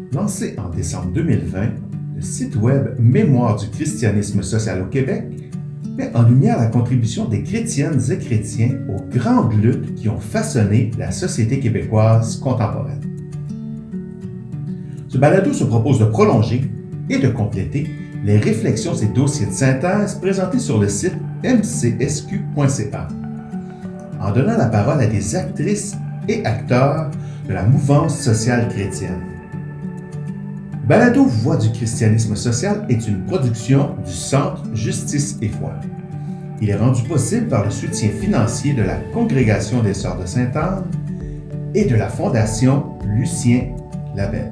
Lancé en décembre 2020, le site web Mémoire du christianisme social au Québec met en lumière la contribution des chrétiennes et chrétiens aux grandes luttes qui ont façonné la société québécoise contemporaine. Ce balado se propose de prolonger et de compléter les réflexions et dossiers de synthèse présentés sur le site mcsq.ca, en donnant la parole à des actrices et acteurs de la mouvance sociale chrétienne. Balado Voix du christianisme social est une production du Centre Justice et Foi. Il est rendu possible par le soutien financier de la Congrégation des Sœurs de Sainte-Anne et de la Fondation Lucien Labelle.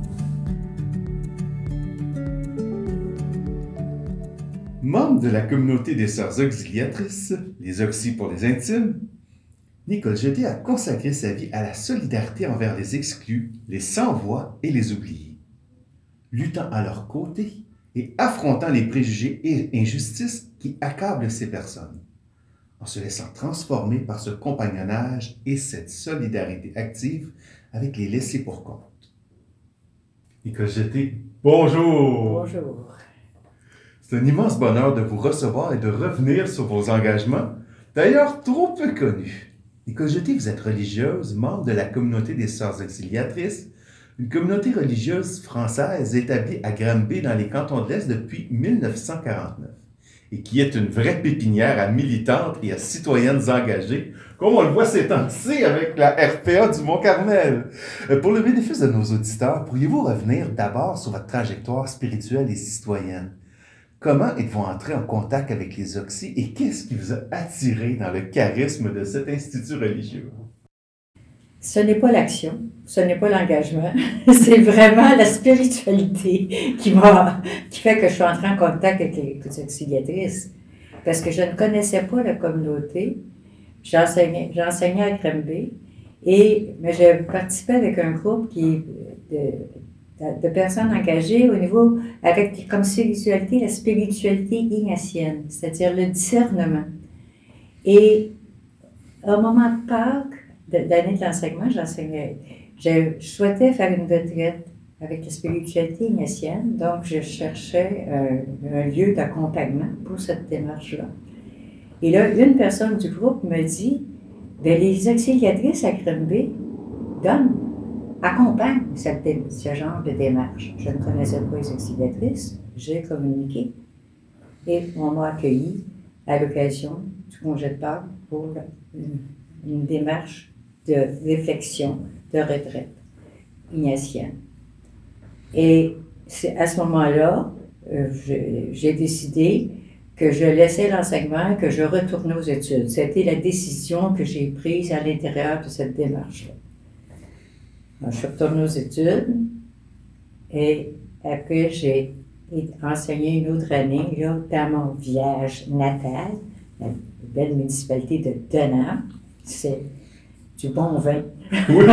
Membre de la communauté des Sœurs auxiliatrices, les Oxy pour les intimes, Nicole Jeté a consacré sa vie à la solidarité envers les exclus, les sans-voix et les oubliés, luttant à leur côté et affrontant les préjugés et injustices qui accablent ces personnes, en se laissant transformer par ce compagnonnage et cette solidarité active avec les laissés pour compte. Nicole Jeté, bonjour! Bonjour. C'est un immense bonheur de vous recevoir et de revenir sur vos engagements, d'ailleurs trop peu connus. Nicole Jeté, vous êtes religieuse, membre de la communauté des Sœurs auxiliatrices, une communauté religieuse française établie à Granby dans les cantons de l'Est depuis 1949 et qui est une vraie pépinière à militantes et à citoyennes engagées, comme on le voit ces temps-ci avec la RPA du Mont-Carmel. Pour le bénéfice de nos auditeurs, pourriez-vous revenir d'abord sur votre trajectoire spirituelle et citoyenne? Comment êtes-vous entré en contact avec les Oxy et qu'est-ce qui vous a attiré dans le charisme de cet institut religieux? Ce n'est pas l'action, ce n'est pas l'engagement, c'est vraiment la spiritualité qui fait que je suis entrée en contact avec les auxiliatrices. Parce que je ne connaissais pas la communauté. J'enseignais à Granby, mais j'ai participé avec un groupe de personnes engagées au niveau, avec comme spiritualité, la spiritualité ignatienne, c'est-à-dire le discernement. Et au moment de Pâques, l'année de l'enseignement, je souhaitais faire une retraite avec la spiritualité ignatienne, donc je cherchais un lieu d'accompagnement pour cette démarche-là. Et là, une personne du groupe me dit, les auxiliatrices à Granby accompagnent ce genre de démarche. Je ne connaissais pas les auxiliatrices, j'ai communiqué et on m'a accueilli à l'occasion du congé de Pâques pour une démarche de réflexion, de retraite ignatienne. Et c'est à ce moment-là, j'ai décidé que je laissais l'enseignement, que je retournais aux études. C'était la décision que j'ai prise à l'intérieur de cette démarche-là. Alors, je suis retournée aux études et après, j'ai enseigné une autre année là, dans mon village natal, la belle municipalité de Denham. C'est du bon vin. Oui.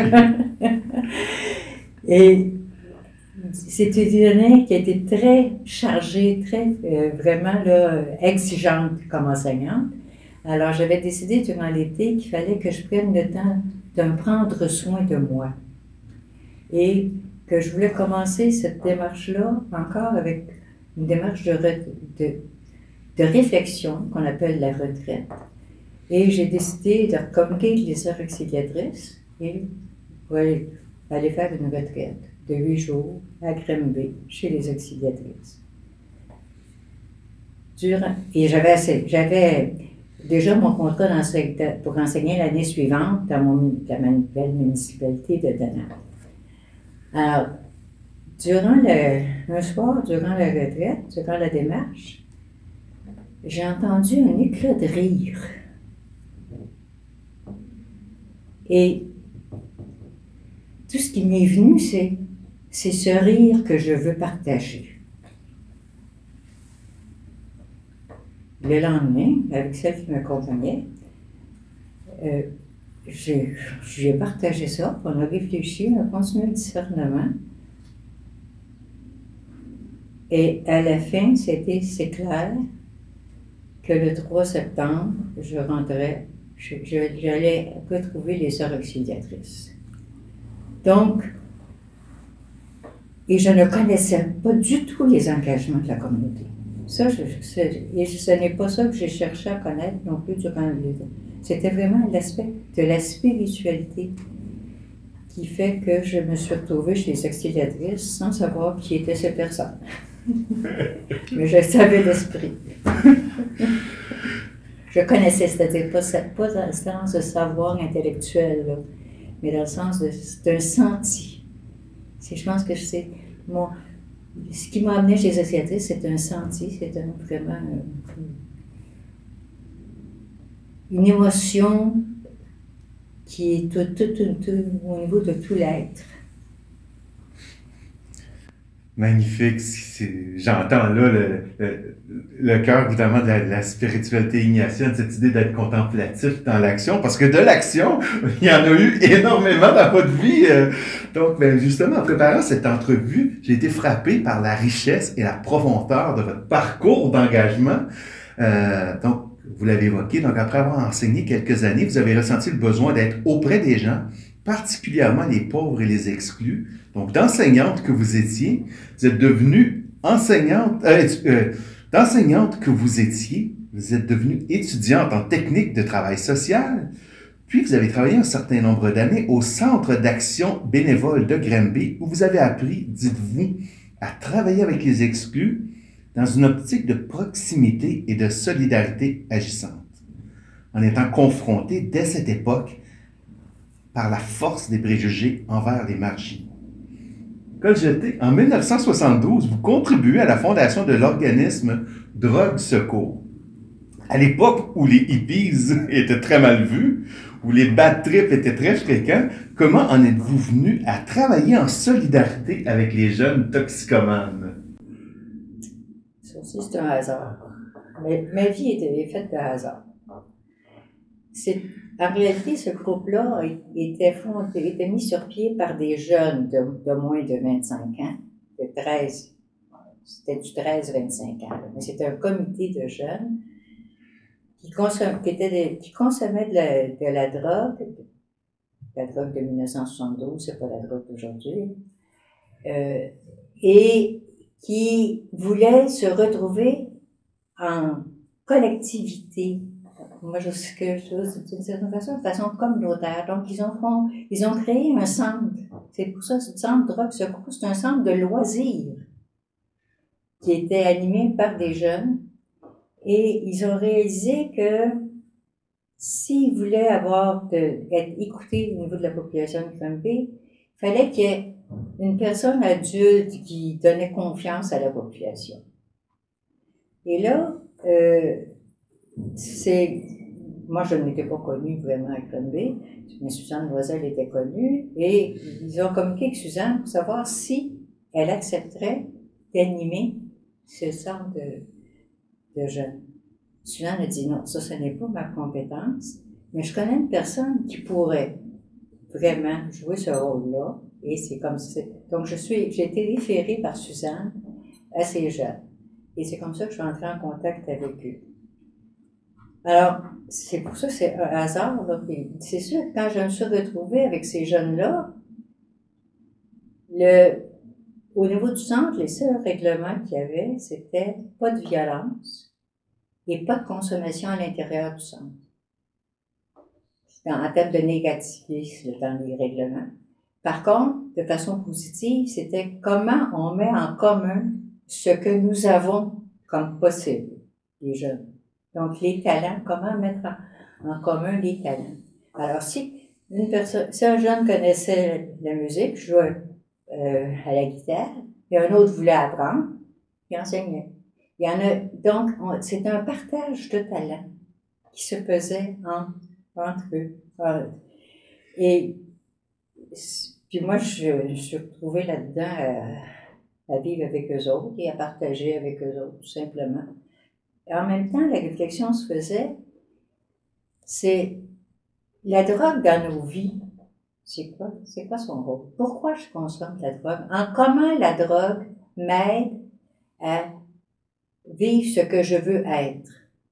Et c'est une année qui a été très chargée, vraiment là, exigeante comme enseignante. Alors, j'avais décidé durant l'été qu'il fallait que je prenne le temps de me prendre soin de moi. Et que je voulais commencer cette démarche-là encore avec une démarche de réflexion qu'on appelle la retraite. Et j'ai décidé de communiquer avec les sœurs auxiliatrices et aller faire une retraite de 8 jours à Granby, chez les auxiliatrices. Et j'avais déjà mon contrat pour enseigner l'année suivante dans ma nouvelle municipalité de Denham. Alors, un soir, durant la retraite, durant la démarche, j'ai entendu un éclat de rire. Et tout ce qui m'est venu, c'est ce rire que je veux partager. Le lendemain, avec celle qui m'accompagnait, j'ai partagé ça, on a réfléchi, on a continué le discernement. Et à la fin, c'est clair que le 3 septembre, j'allais retrouver les sœurs auxiliatrices. Donc, Et je ne connaissais pas du tout les engagements de la communauté. Ça, et ce n'est pas ça que j'ai cherché à connaître non plus durant le temps. C'était vraiment l'aspect de la spiritualité qui fait que je me suis retrouvée chez les auxiliatrices sans savoir qui étaient ces personnes. Mais je savais l'esprit. Je connaissais, c'est-à-dire pas dans le sens de savoir intellectuel, là, mais dans le sens d'un senti. Je pense que c'est ce qui m'a amené chez les auxiliatrices, c'est un senti, c'est vraiment une émotion qui est tout au niveau de tout l'être. Magnifique. J'entends là le cœur évidemment de la spiritualité ignatienne, cette idée d'être contemplatif dans l'action, parce que de l'action, il y en a eu énormément dans votre vie. Donc, justement, en préparant cette entrevue, j'ai été frappé par la richesse et la profondeur de votre parcours d'engagement. Donc, vous l'avez évoqué, donc après avoir enseigné quelques années, vous avez ressenti le besoin d'être auprès des gens, particulièrement les pauvres et les exclus. Donc, d'enseignante que vous étiez, vous êtes devenue enseignante, d'enseignante que vous étiez, vous êtes devenue étudiante en technique de travail social, puis vous avez travaillé un certain nombre d'années au Centre d'action bénévole de Granby, où vous avez appris, dites-vous, à travailler avec les exclus dans une optique de proximité et de solidarité agissante, en étant confronté dès cette époque par la force des préjugés envers les marginaux. Coljeté, en 1972, vous contribuez à la fondation de l'organisme Drogue Secours. À l'époque où les hippies étaient très mal vus, où les bad trips étaient très fréquents, comment en êtes-vous venu à travailler en solidarité avec les jeunes toxicomanes? Ça aussi, c'est un hasard. Mais ma vie était faite de hasard. En réalité, ce groupe-là était mis sur pied par des jeunes de moins de 25 ans, de 13, c'était du 13-25 ans, mais c'était un comité de jeunes qui consommaient de la drogue de 1972, c'est pas la drogue d'aujourd'hui, et qui voulaient se retrouver en collectivité. Moi, je sais que d'une certaine façon, de façon communautaire. Donc, ils ont créé un centre. C'est pour ça, ce centre Drogue Secours, c'est un centre de loisirs qui était animé par des jeunes. Et ils ont réalisé que s'ils voulaient être écoutés au niveau de la population de Granby, il fallait qu'il y ait une personne adulte qui donnait confiance à la population. Et là, moi, je n'étais pas connue vraiment à Granby, mais Suzanne Loisel était connue, et ils ont communiqué avec Suzanne pour savoir si elle accepterait d'animer ce centre de jeunes. Suzanne a dit non, ce n'est pas ma compétence, mais je connais une personne qui pourrait vraiment jouer ce rôle-là, et c'est comme ça. Donc, j'ai été référée par Suzanne à ces jeunes, et c'est comme ça que je suis entrée en contact avec eux. Alors, c'est pour ça que c'est un hasard, là. C'est sûr que quand je me suis retrouvée avec ces jeunes-là, au niveau du centre, les seuls règlements qu'il y avait, c'était pas de violence et pas de consommation à l'intérieur du centre. En termes de négativisme dans les règlements. Par contre, de façon positive, c'était comment on met en commun ce que nous avons comme possible, les jeunes. Donc, les talents, comment mettre en commun les talents. Alors, si un jeune connaissait la musique, jouait à la guitare, et un autre voulait apprendre, il enseignait. Il y en a, donc, c'est un partage de talents qui se faisait entre eux. Et puis moi, je suis retrouvée là-dedans à vivre avec eux autres et à partager avec eux autres, tout simplement. Et en même temps, la réflexion se faisait, c'est la drogue dans nos vies, c'est quoi son rôle? Pourquoi je consomme de la drogue? Comment la drogue m'aide à vivre ce que je veux être?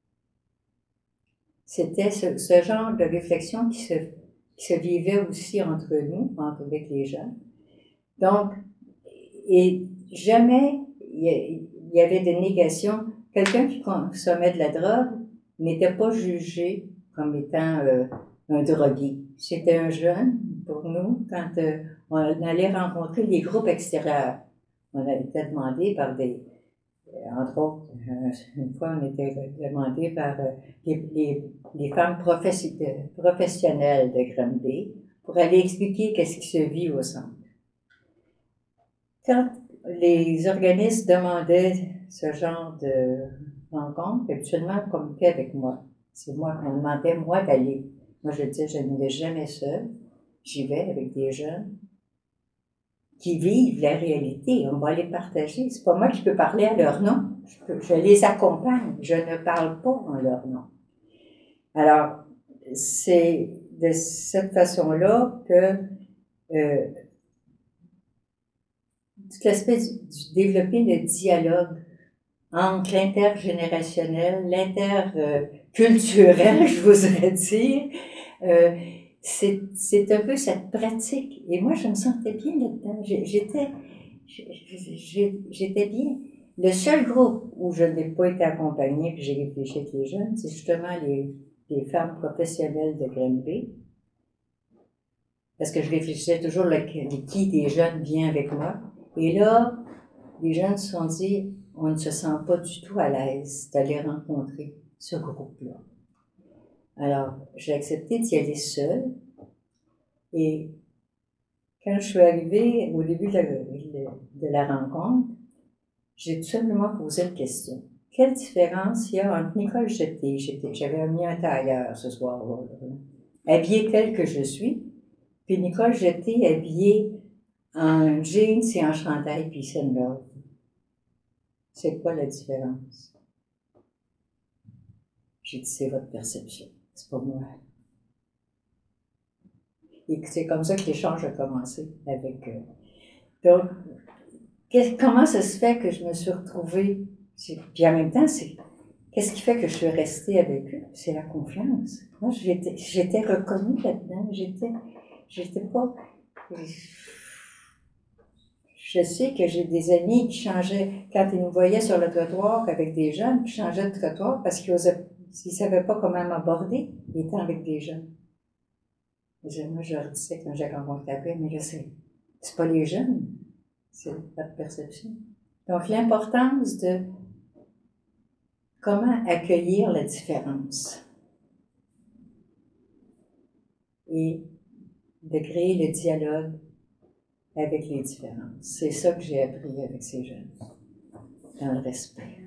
C'était ce genre de réflexion qui se vivait aussi entre nous, avec les gens. Donc, Et jamais il y avait de négation. Quelqu'un qui consommait de la drogue n'était pas jugé comme étant un drogué. C'était un jeune, pour nous, quand on allait rencontrer les groupes extérieurs. On avait été demandé par entre autres, une fois, on était demandé par les femmes professionnelles de Granby pour aller expliquer qu'est-ce qui se vit au centre. Quand les organismes demandaient ce genre de rencontre, habituellement, on communiquait avec moi. C'est moi qu'on demandait, moi, d'aller. Moi, je disais, je ne vais jamais seule. J'y vais avec des jeunes qui vivent la réalité. On va les partager. C'est pas moi qui peux parler à leur nom. Je les accompagne. Je ne parle pas en leur nom. Alors, c'est de cette façon-là que toute l'aspect du développer le dialogue entre l'intergénérationnel, l'interculturel, je voudrais dire, c'est un peu cette pratique. Et moi, je me sentais bien là-dedans. J'étais bien. Le seul groupe où je n'ai pas été accompagnée, puis j'ai réfléchi avec les jeunes, c'est justement les femmes professionnelles de Granby. Parce que je réfléchissais toujours qui des jeunes vient avec moi. Et là, les jeunes se sont dit, on ne se sent pas du tout à l'aise d'aller rencontrer ce groupe-là. Alors, j'ai accepté d'y aller seule. Et quand je suis arrivée au début de la rencontre, j'ai tout simplement posé la question. Quelle différence il y a entre Nicole Jeté, j'avais mis un tailleur ce soir-là, habillée telle que je suis, puis Nicole Jeté habillée en jeans et en chandail puis sandals. C'est quoi la différence? J'ai dit, c'est votre perception, c'est pas moi. Et c'est comme ça que l'échange a commencé avec eux. Donc, comment ça se fait que je me suis retrouvée? Puis en même temps, qu'est-ce qui fait que je suis restée avec eux? C'est la confiance. Moi, j'étais reconnue là-dedans. J'étais pas... Je sais que j'ai des amis qui changeaient, quand ils nous voyaient sur le trottoir avec des jeunes, qui changeaient de trottoir parce qu'ils ne savaient pas comment m'aborder, étant avec des jeunes. Moi, je leur disais quand j'ai rencontré après, mais là, c'est pas les jeunes, c'est votre perception. Donc, l'importance de comment accueillir la différence et de créer le dialogue avec les différences. C'est ça que j'ai appris avec ces jeunes, dans le respect.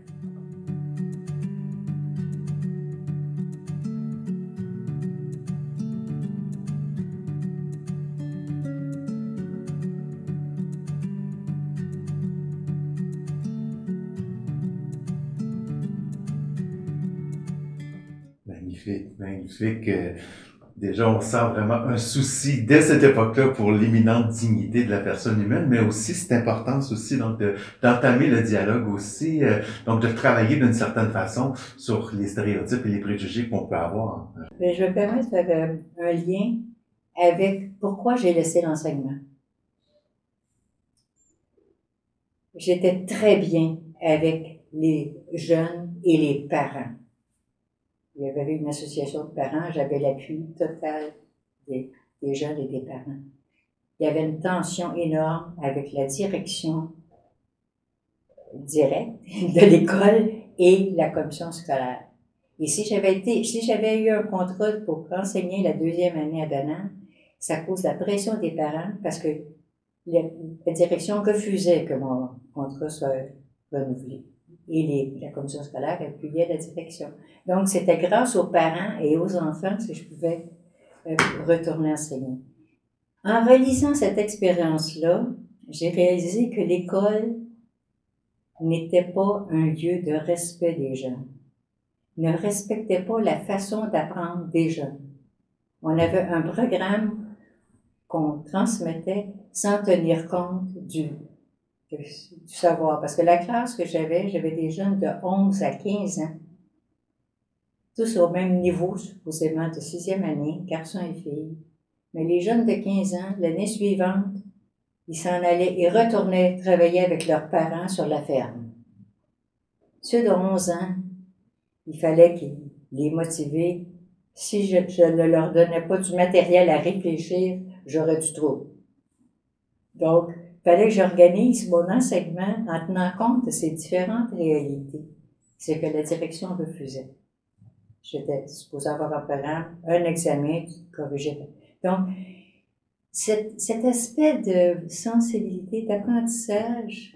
Magnifique, magnifique. Déjà, on sent vraiment un souci dès cette époque-là pour l'imminente dignité de la personne humaine, mais aussi cette importance aussi donc d'entamer le dialogue aussi, donc de travailler d'une certaine façon sur les stéréotypes et les préjugés qu'on peut avoir. Mais je me permets de faire un lien avec pourquoi j'ai laissé l'enseignement. J'étais très bien avec les jeunes et les parents. Il y avait une association de parents, j'avais l'appui total des jeunes et des parents. Il y avait une tension énorme avec la direction directe de l'école et la commission scolaire. Et si j'avais eu un contrat pour enseigner la deuxième année à Donham, c'est à cause de la pression des parents, parce que la direction refusait que mon contrat soit renouvelé. Et la commission scolaire appuyait la direction. Donc, c'était grâce aux parents et aux enfants que je pouvais retourner enseigner. En relisant cette expérience-là, j'ai réalisé que l'école n'était pas un lieu de respect des jeunes, ne respectait pas la façon d'apprendre des jeunes. On avait un programme qu'on transmettait sans tenir compte du savoir. Parce que la classe que j'avais des jeunes de 11 à 15 ans, tous au même niveau, supposément, de 6e année, garçons et filles. Mais les jeunes de 15 ans, l'année suivante, ils s'en allaient, ils retournaient travailler avec leurs parents sur la ferme. Ceux de 11 ans, il fallait qu'ils les motiver. Si je ne leur donnais pas du matériel à réfléchir, j'aurais du trouble. Donc, il fallait que j'organise mon enseignement en tenant compte de ces différentes réalités. C'est que la direction refusait. J'étais supposée avoir un parent, un examen qui corrigeait. Donc, cet aspect de sensibilité, d'apprentissage,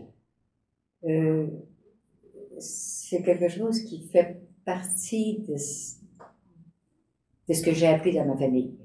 c'est quelque chose qui fait partie de ce que j'ai appris dans ma famille.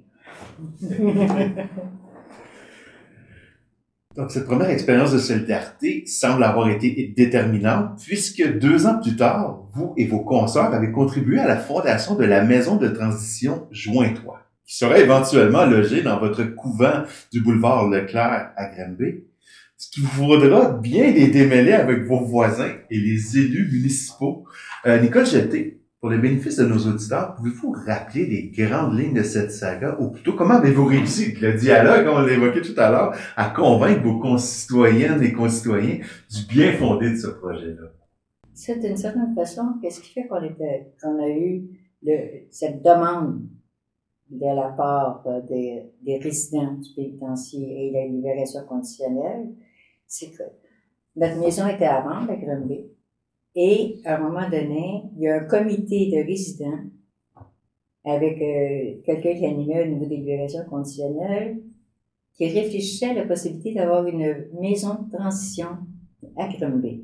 Donc, cette première expérience de solidarité semble avoir été déterminante, puisque 2 ans plus tard, vous et vos consoeurs avez contribué à la fondation de la maison de transition Joins-toi, qui sera éventuellement logée dans votre couvent du boulevard Leclerc à Granby, ce qui vous faudra bien les démêler avec vos voisins et les élus municipaux. Nicole Jeté, pour le bénéfice de nos auditeurs, pouvez-vous rappeler les grandes lignes de cette saga, ou plutôt comment avez-vous réussi le dialogue, on l'évoquait tout à l'heure, à convaincre vos concitoyennes et concitoyens du bien fondé de ce projet-là? C'est d'une certaine façon, qu'est-ce qui fait qu'on a eu cette demande de la part des résidents du pénitencier et de la libération conditionnelle, c'est que notre maison était à vendre à Granby. Et, à un moment donné, il y a un comité de résidents avec quelqu'un qui animait au niveau des libérations conditionnelles qui réfléchissait à la possibilité d'avoir une maison de transition à Granby.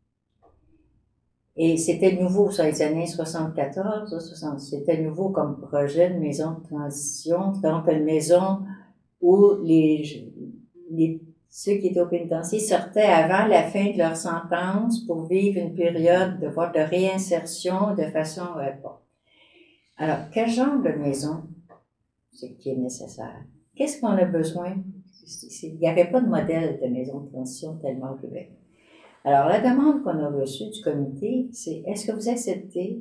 Et c'était nouveau, sur les années 74, 60. C'était nouveau comme projet de maison de transition. Donc, une maison où ceux qui étaient au pénitencier sortaient avant la fin de leur sentence pour vivre une période de réinsertion de façon... bon. Alors, quel genre de maison c'est qui est nécessaire? Qu'est-ce qu'on a besoin? Il n'y avait pas de modèle de maison de transition tellement ouvert. Alors, la demande qu'on a reçue du comité, c'est est-ce que vous acceptez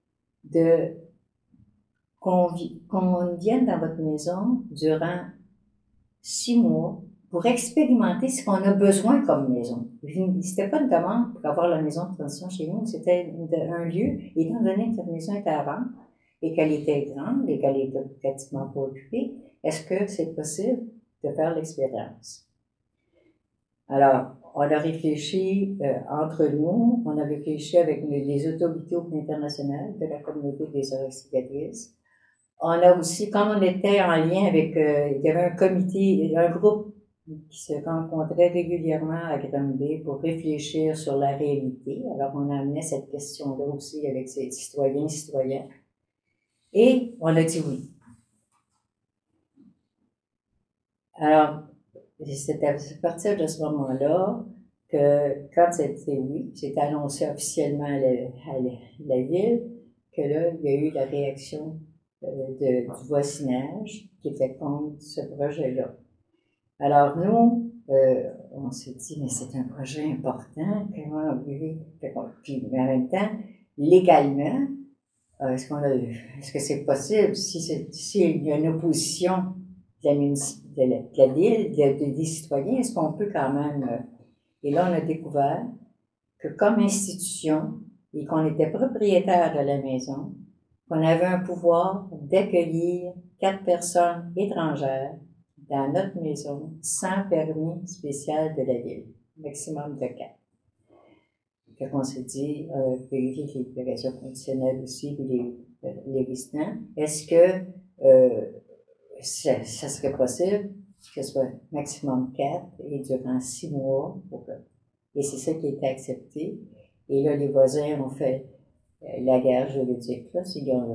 qu'on vienne dans votre maison durant 6 mois pour expérimenter ce qu'on a besoin comme maison. C'était pas une demande pour avoir la maison de transition chez nous, c'était un lieu, étant donné que cette maison était à vendre et qu'elle était grande et qu'elle était pratiquement pas occupée, est-ce que c'est possible de faire l'expérience? Alors, on a réfléchi entre nous, on a réfléchi avec les autorités internationales de la communauté des sœurs auxiliatrices. On a aussi, comme on était en lien avec, il y avait un comité, un groupe qui se rencontrait régulièrement à Granby pour réfléchir sur la réalité. Alors, on a amené cette question-là aussi avec ces citoyens et citoyennes. Et on a dit oui. Alors, c'est à partir de ce moment-là que, quand c'était oui, c'était annoncé officiellement à la ville, que là, il y a eu la réaction du voisinage qui était contre ce projet-là. Alors nous, on s'est dit, mais c'est un projet important, comment puis mais en même temps, légalement, est-ce que c'est possible, s'il y a une opposition de la ville, des citoyens, est-ce qu'on peut quand même... Et là, on a découvert que comme institution, et qu'on était propriétaire de la maison, qu'on avait un pouvoir d'accueillir 4 personnes étrangères dans notre maison sans permis spécial de la ville, maximum de 4. Fait qu'on s'est dit, vérifier les libérations conditionnelles aussi, puis les résidents, est-ce que ça serait possible que ce soit maximum 4 et durant 6 mois? Et c'est ça qui a été accepté. Et là, les voisins ont fait la guerre juridique. Là,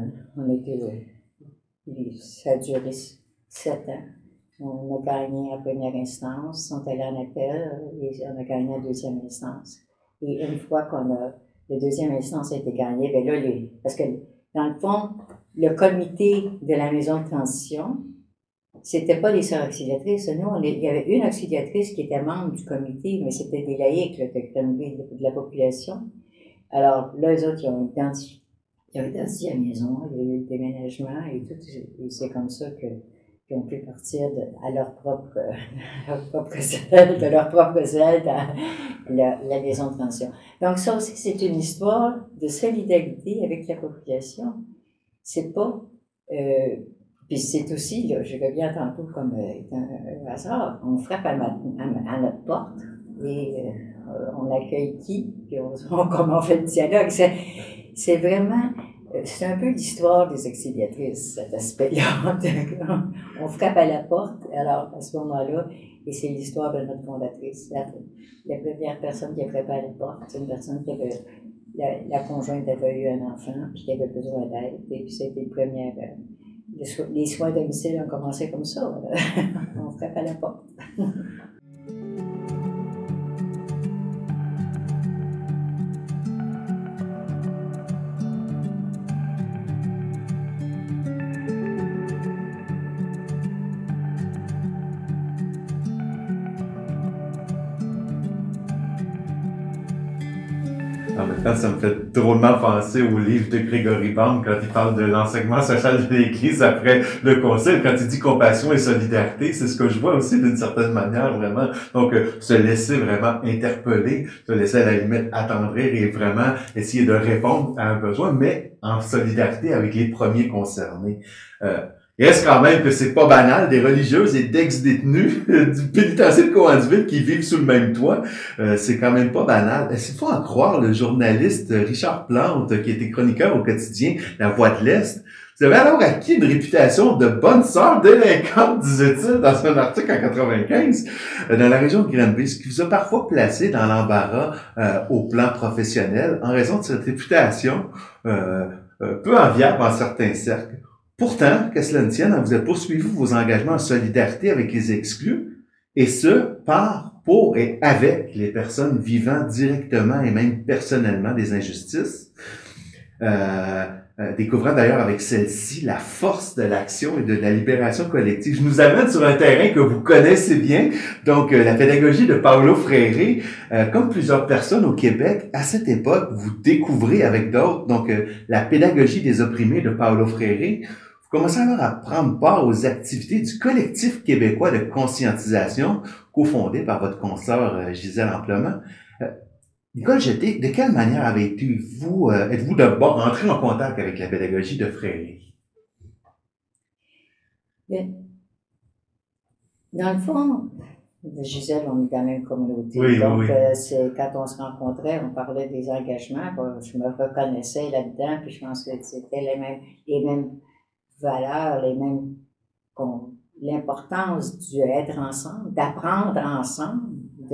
ça a duré 7 ans. On a gagné en première instance, on est allé en appel et on a gagné en deuxième instance. Et une fois la deuxième instance a été gagnée, ben là, parce que dans le fond, le comité de la maison de transition, c'était pas les sœurs auxiliatrices. Nous, il y avait une auxiliatrice qui était membre du comité, mais c'était des laïcs, là, de la population. Alors là, les autres, ils ont identifié la maison, il y a eu le déménagement et tout, et c'est comme ça que qui ont pu partir à leur propre zèle, de leur propre zèle dans la maison de transition. Donc ça aussi, c'est une histoire de solidarité avec la population. C'est pas... puis c'est aussi, là, je reviens tantôt comme un hasard, on frappe à notre porte et on accueille qui, puis comment on fait le dialogue. C'est vraiment... c'est un peu l'histoire des auxiliatrices, cet aspect-là. On frappe à la porte, alors à ce moment-là, et c'est l'histoire de notre fondatrice. La première personne qui a frappé à la porte, c'est une personne qui avait, la conjointe avait eu un enfant, puis qui avait besoin d'aide, et puis c'était le premier. Les soins à domicile ont commencé comme ça. On frappe à la porte. En même temps, ça me fait drôlement penser au livre de Grégory Baum quand il parle de l'enseignement social de l'Église après le Concile, quand il dit compassion et solidarité, c'est ce que je vois aussi d'une certaine manière, vraiment. Donc, se laisser vraiment interpeller, se laisser à la limite attendrir et vraiment essayer de répondre à un besoin, mais en solidarité avec les premiers concernés. Il reste quand même que c'est pas banal, des religieuses et d'ex-détenus du pénitencier de Cowansville qui vivent sous le même toit. C'est quand même pas banal. Est-ce qu'il faut en croire le journaliste Richard Plante, qui était chroniqueur au quotidien La Voix de l'Est? Vous avez alors acquis une réputation de bonne sœur délinquante, disait-il dans un article en 95, dans la région de Granby, ce qui vous a parfois placé dans l'embarras au plan professionnel en raison de cette réputation peu enviable en certains cercles. Pourtant, qu'à cela ne tienne, vous avez poursuivi vos engagements en solidarité avec les exclus, et ce, par, pour et avec les personnes vivant directement et même personnellement des injustices. Découvrant d'ailleurs avec celle-ci la force de l'action et de la libération collective. Je nous amène sur un terrain que vous connaissez bien, donc la pédagogie de Paulo Freire. Comme plusieurs personnes au Québec, à cette époque, vous découvrez avec d'autres donc la pédagogie des opprimés de Paulo Freire. Vous commencez alors à prendre part aux activités du collectif québécois de conscientisation, cofondé par votre consoeur Gisèle Amplement. Nicole Jeté, de quelle manière êtes-vous d'abord rentré en contact avec la pédagogie de Freire? Bien. Dans le fond, Gisèle, on est dans la même communauté. Oui, donc, oui. c'est, quand on se rencontrait, on parlait des engagements. Je me reconnaissais là-dedans, puis je pense que c'était les mêmes valeurs, l'importance du être ensemble, d'apprendre ensemble,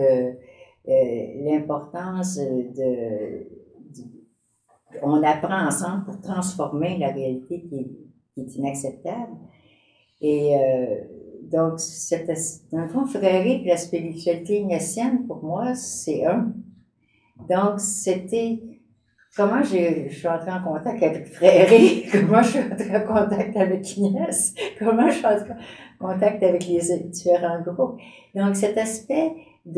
l'importance on apprend ensemble pour transformer la réalité qui est inacceptable. Et donc, dans le fond, Freire et la spiritualité ignatienne, pour moi, c'est un. Donc, c'était comment je suis entrée en contact avec Freire, comment je suis entrée en contact avec Inès, comment je suis entrée en contact avec les différents groupes. Donc, cet aspect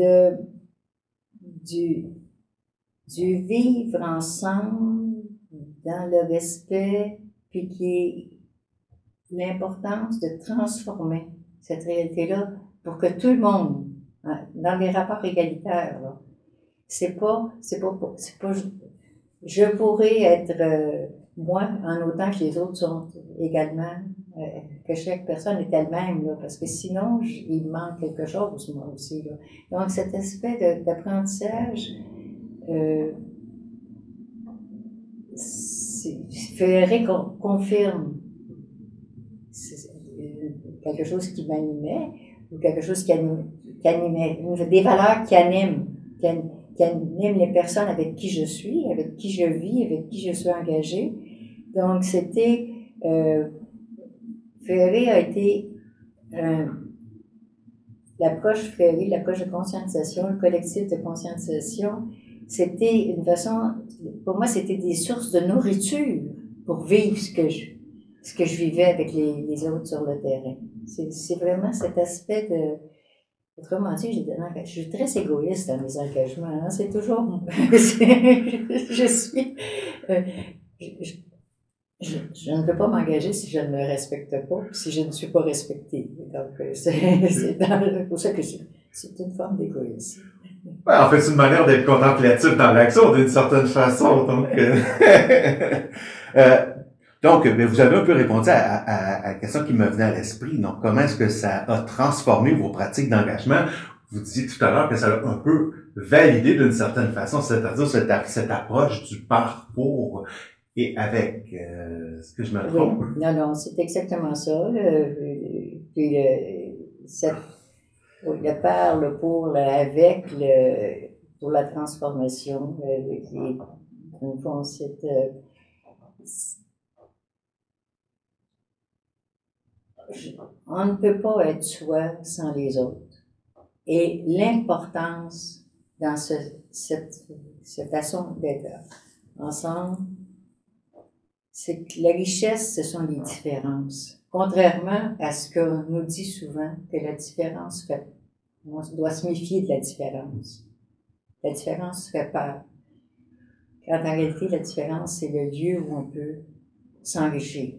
du vivre ensemble dans le respect, puis qui est l'importance de transformer cette réalité-là pour que tout le monde, dans les rapports égalitaires, là, c'est pas, je pourrais être moi en autant que les autres sont également, que chaque personne est elle-même, là, parce que sinon, il manque quelque chose, moi aussi, là. Donc, cet aspect d'apprentissage, Freire confirme quelque chose qui m'animait, ou quelque chose qui animait, des valeurs qui animent les personnes avec qui je suis, avec qui je vis, avec qui je suis engagée. Donc, c'était... Freire a été... l'approche Freire, l'approche de conscientisation, le collectif de conscientisation, c'était une façon... Pour moi, c'était des sources de nourriture pour vivre ce que je vivais avec les autres sur le terrain. C'est vraiment cet aspect de... Autrement dit, je suis très égoïste dans mes engagements. Hein? C'est toujours... je suis... Je ne peux pas m'engager si je ne me respecte pas, si je ne suis pas respectée. Donc, c'est pour ça que c'est une forme d'égoïsme. Ouais, en fait, c'est une manière d'être contemplatif dans l'action d'une certaine façon. Donc, euh, ben, vous avez un peu répondu à la question qui me venait à l'esprit. Donc, comment est-ce que ça a transformé vos pratiques d'engagement? Vous disiez tout à l'heure que ça a un peu validé d'une certaine façon, c'est-à-dire cette approche du parcours et avec, est-ce que je me trompe? Oui, non, c'est exactement ça. Puis le par, le pour, le avec, pour la transformation, dans le fond, on ne peut pas être soi sans les autres. Et l'importance dans cette façon d'être ensemble, c'est que la richesse, ce sont les différences. Contrairement à ce qu'on nous dit souvent, que la différence fait, on doit se méfier de la différence. La différence fait peur. Quand en réalité, la différence, c'est le lieu où on peut s'enrichir.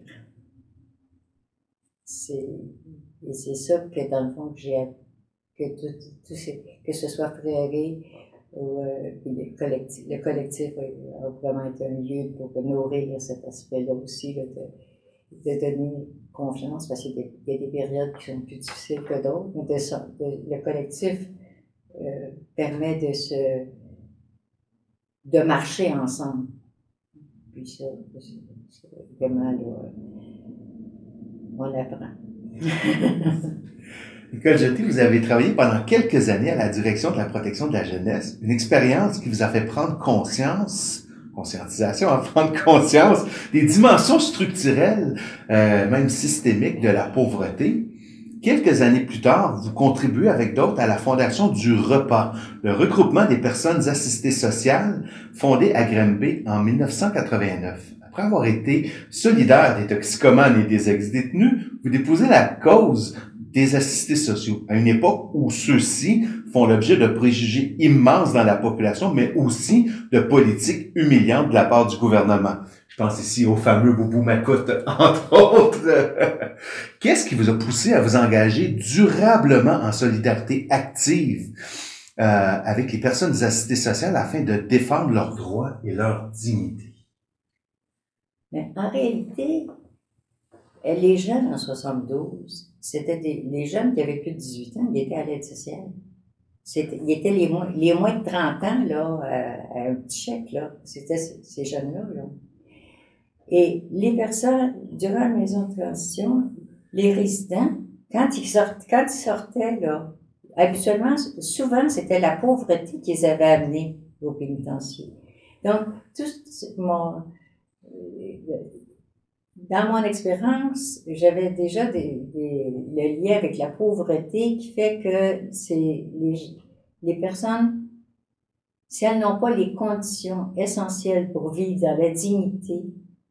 Et c'est ça que, dans le fond, que j'ai appris, que ce soit Fréré ou le collectif a vraiment été un lieu pour nourrir cet aspect-là aussi, là, de donner confiance, parce qu'il y a des périodes qui sont plus difficiles que d'autres, mais le collectif permet de marcher ensemble. Puis ça, c'est vraiment, là, on apprend. Nicole Jeté, vous avez travaillé pendant quelques années à la direction de la protection de la jeunesse, une expérience qui vous a fait prendre prendre conscience des dimensions structurelles, même systémiques de la pauvreté. Quelques années plus tard, vous contribuez avec d'autres à la fondation du Repas, le regroupement des personnes assistées sociales, fondé à Granby en 1989. Après avoir été solidaire des toxicomanes et des ex-détenus, vous déposez la cause des assistés sociaux, à une époque où ceux-ci font l'objet de préjugés immenses dans la population, mais aussi de politiques humiliantes de la part du gouvernement. Je pense ici au fameux Boubou Macoute, entre autres. Qu'est-ce qui vous a poussé à vous engager durablement en solidarité active avec les personnes assistées sociales afin de défendre leurs droits et leur dignité? Mais en réalité, les jeunes en 72, c'était les jeunes qui avaient plus de 18 ans, ils étaient à l'aide sociale. Ils étaient les moins de 30 ans, là, à un petit chèque, là. C'était ces jeunes-là, là. Et les personnes, durant la maison de transition, les résidents, quand ils sortaient, là, habituellement, souvent, c'était la pauvreté qui les avait amenés au pénitencier. Donc, dans mon expérience, j'avais déjà le lien avec la pauvreté qui fait que les personnes, si elles n'ont pas les conditions essentielles pour vivre dans la dignité,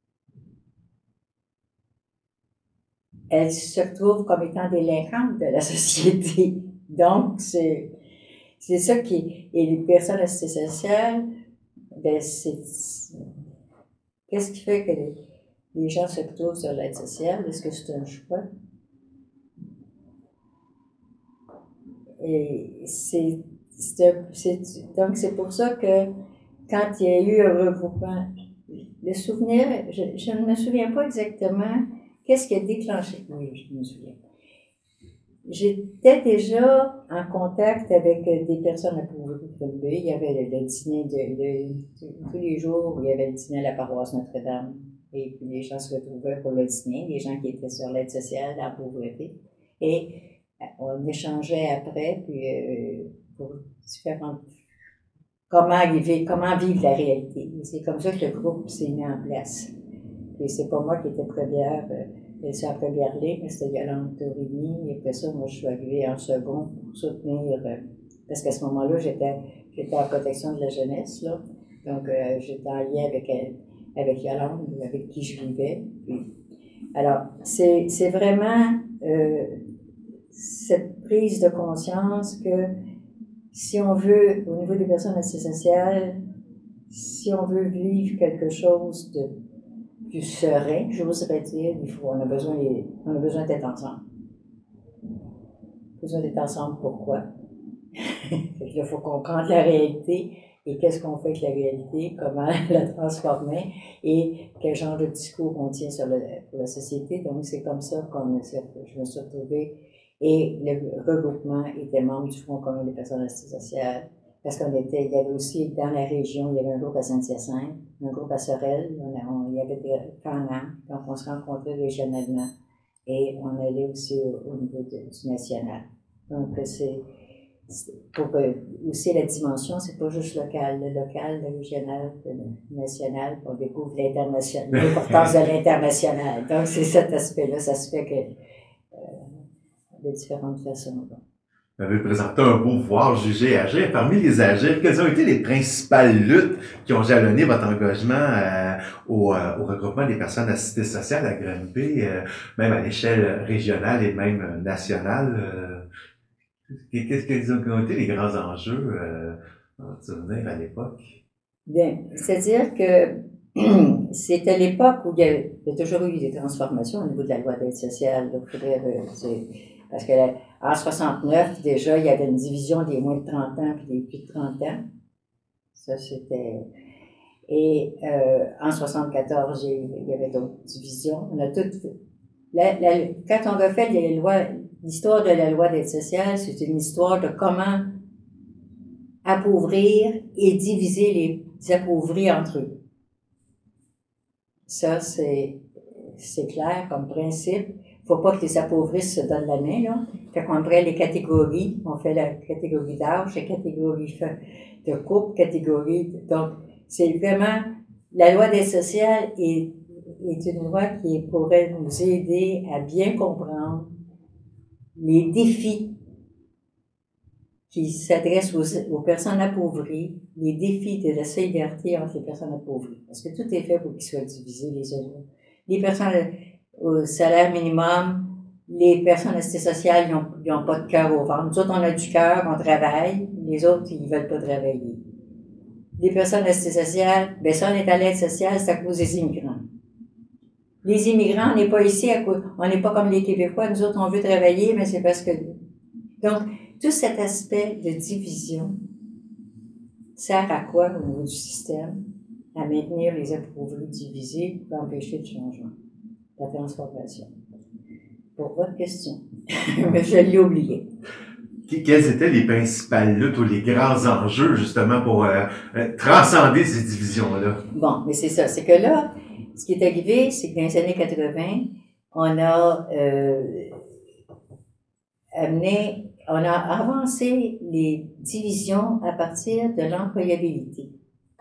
elles se retrouvent comme étant délinquantes de la société. Donc, c'est ça et les personnes assistées sociales, ben, qu'est-ce qui fait que les gens se retrouvent sur l'aide sociale? Est-ce que c'est un choix? Et donc, c'est pour ça que quand il y a eu un regroupement, le souvenir, je ne me souviens pas exactement qu'est-ce qui a déclenché. Oui, je me souviens. J'étais déjà en contact avec des personnes à pauvreté. Il y avait le dîner tous les jours, il y avait le dîner à la paroisse Notre-Dame. Et puis les gens se retrouvaient pour le dîner, les gens qui étaient sur l'aide sociale, en pauvreté. Et on échangeait après, puis pour différentes. Comment vivre la réalité. Et c'est comme ça que le groupe s'est mis en place. Et c'est pas moi qui étais première. C'est la première ligne, c'était Yolande Torini. Et après ça, moi, je suis arrivée en second pour soutenir, parce qu'à ce moment-là, j'étais en protection de la jeunesse, là. Donc, j'étais en lien avec Yolande, avec qui je vivais. Puis, alors, c'est vraiment cette prise de conscience que si on veut, au niveau des personnes assistées sociales, si on veut vivre quelque chose de plus serein, j'oserais dire. On a besoin d'être ensemble. Besoin d'être ensemble, pourquoi? Il faut comprendre la réalité et qu'est-ce qu'on fait avec la réalité, comment la transformer et quel genre de discours on tient pour la société. Donc, c'est comme ça je me suis retrouvée. Et le regroupement était membre du Front commun des personnes sociales. Parce il y avait aussi dans la région, il y avait un groupe à Saint-Hyacinthe, un groupe à Sorel, il y avait des Canam, donc on se rencontrait régionalement et on allait aussi au niveau du national. Donc pour aussi la dimension, c'est pas juste local, le régional, le national, on découvre l'international, l'importance de l'international. Donc c'est cet aspect-là, ça se fait de différentes façons. Vous avez présenté un beau voir, juger, agir. Parmi les agirs, quelles ont été les principales luttes qui ont jalonné votre engagement au regroupement des personnes assistées sociales à Granby, même à l'échelle régionale et même nationale? Quels ont été les grands enjeux en souvenir à l'époque? Bien, c'est-à-dire que c'était l'époque où il y a toujours eu des transformations au niveau de la loi d'aide sociale. Donc, parce que en 69, déjà, il y avait une division des moins de 30 ans et des plus de 30 ans. Ça, c'était... Et en 74, il y avait d'autres divisions. On a toutes... Quand on refait l'histoire de la loi d'aide sociale, c'est une histoire de comment appauvrir et diviser les appauvris entre eux. Ça, c'est clair comme principe. Faut pas que les appauvrissent se donnent la main, là. Fait qu'on prend les catégories, on fait la catégorie d'âge, la catégorie de couple, donc, c'est vraiment, la loi d'aide sociale est une loi qui pourrait nous aider à bien comprendre les défis qui s'adressent aux personnes appauvries, les défis de la solidarité entre les personnes appauvries. Parce que tout est fait pour qu'ils soient divisés les uns. Les personnes au salaire minimum, les personnes assistées sociales, ils n'ont pas de cœur au ventre. Nous autres, on a du cœur, on travaille. Les autres, ils veulent pas travailler. Les personnes assistées sociales, ben ça, on est à l'aide sociale, c'est à cause des immigrants. Les immigrants, on n'est pas ici on n'est pas comme les Québécois. Nous autres, on veut travailler, mais c'est parce que... Donc, tout cet aspect de division sert à quoi au niveau du système? À maintenir les appauvris divisés pour empêcher le changement, la transformation. Pour votre question, mais je l'ai oublié. Quelles étaient les principales luttes ou les grands enjeux, justement, pour transcender ces divisions-là? Bon, mais c'est ça. C'est que là, ce qui est arrivé, c'est que dans les années 80, on a avancé les divisions à partir de l'employabilité.